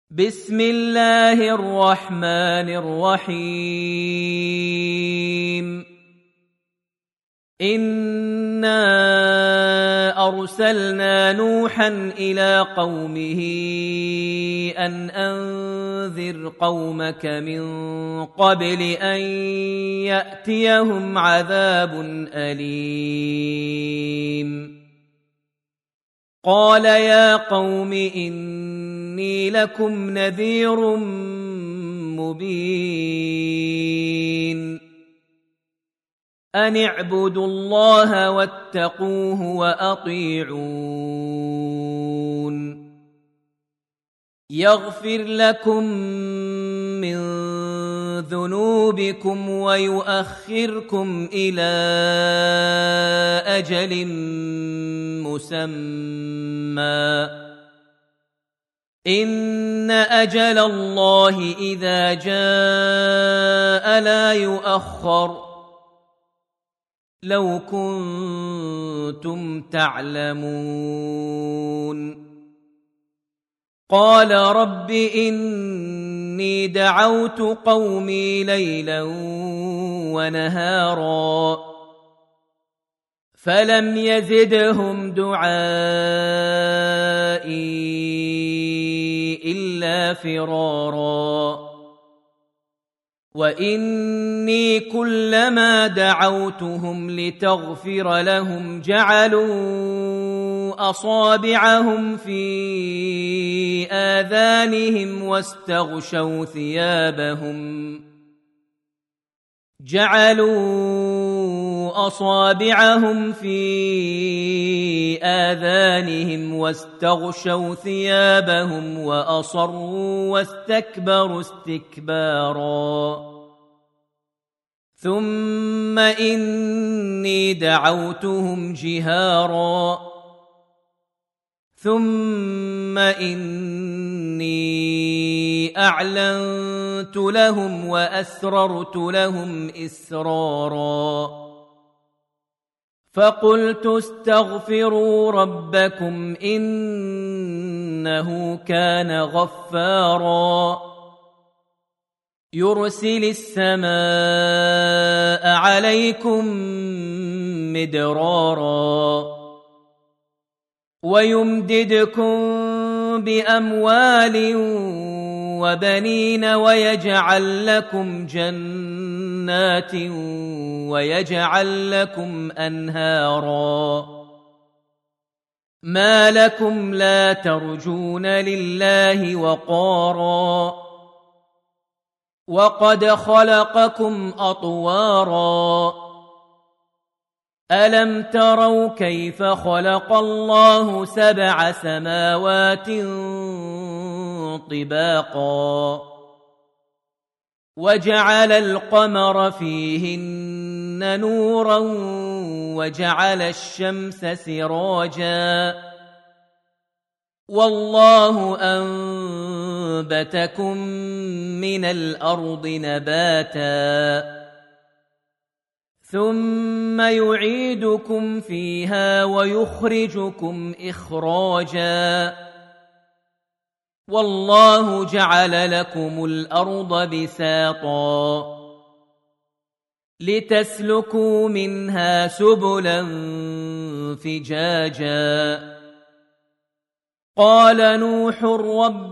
بسم الله الرحمن الرحيم. إنا أرسلنا نوحا إلى قومه أن أنذر قومك من قبل أن يأتيهم عذاب أليم. قال يا قوم إني لكم نذير مبين أن اعبدوا الله واتقوه وأطيعون يغفر لكم من ذنوبكم ويؤخركم إلى أجل مسمى إن أجل الله إذا جاء لا يؤخر لو كنتم تعلمون. قال رب إني دعوت قومي ليلا ونهارا فلم يزدهم دعائي إلا فرارا وإني كلما دعوتهم لتغفر لهم جعلوا أصابعهم في آذانهم واستغشوا ثيابهم وأصروا واستكبروا استكبارا. ثم إني دعوتهم جهارا ثم إني أعلنت لهم وأسررت لهم إسرارا فقلت استغفروا ربكم إنه كان غفارا يرسل السماء عليكم مدرارا ويمددكم بأموال وبنين ويجعل لكم جنات ويجعل لكم أنهارا. ما لكم لا ترجون لله وقارا وقد خلقكم أطوارا ألم تروا كيف خلق الله 7 سماوات طباقا وجعل القمر فيهن نورا وجعل الشمس سراجا والله أنبتكم من الأرض نباتا ثم يعيدكم فيها ويخرجكم إخراجا والله جعل لكم الأرض بساطا لتسلكوا منها سبلا فجاجا. قال نوح رب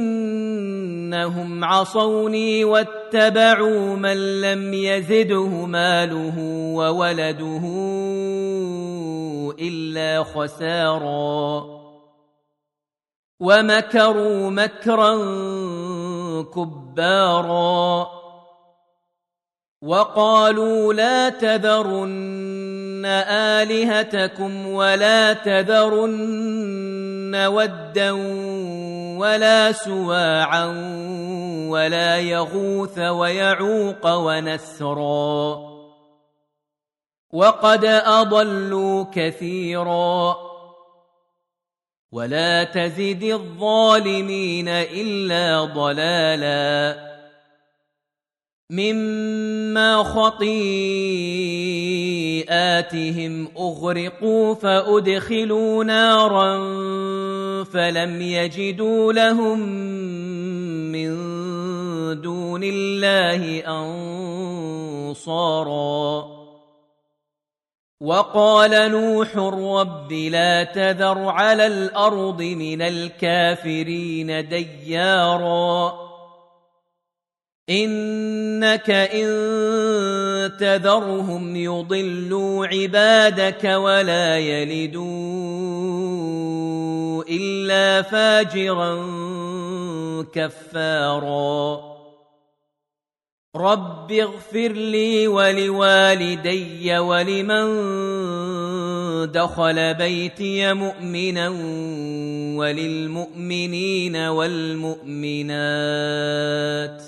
إنهم عصوني واتبعوا من لم يزده ماله وولده إلا خسارا ومكروا مكرا كبارا وقالوا لا تذرن آلهتكم ولا تذرن ودا ولا سواعا ولا يغوث ويعوق ونسرا وقد أضلوا كثيرا ولا تزد الظالمين إلا ضلالا. مما خطيئاتهم أغرقوا فأدخلوا نارا فلم يجدوا لهم من دون الله أنصارا وقال نوح رب لا تذر على الأرض من الكافرين ديارا إنك إن تذرهم يضلوا عبادك ولا يلدوا إلا فاجرا كفارا رب اغفر لي ولوالدي ولمن دخل بيتي مؤمنا وللمؤمنين والمؤمنات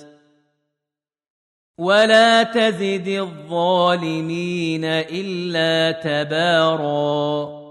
ولا تزد الظالمين إلا تباراً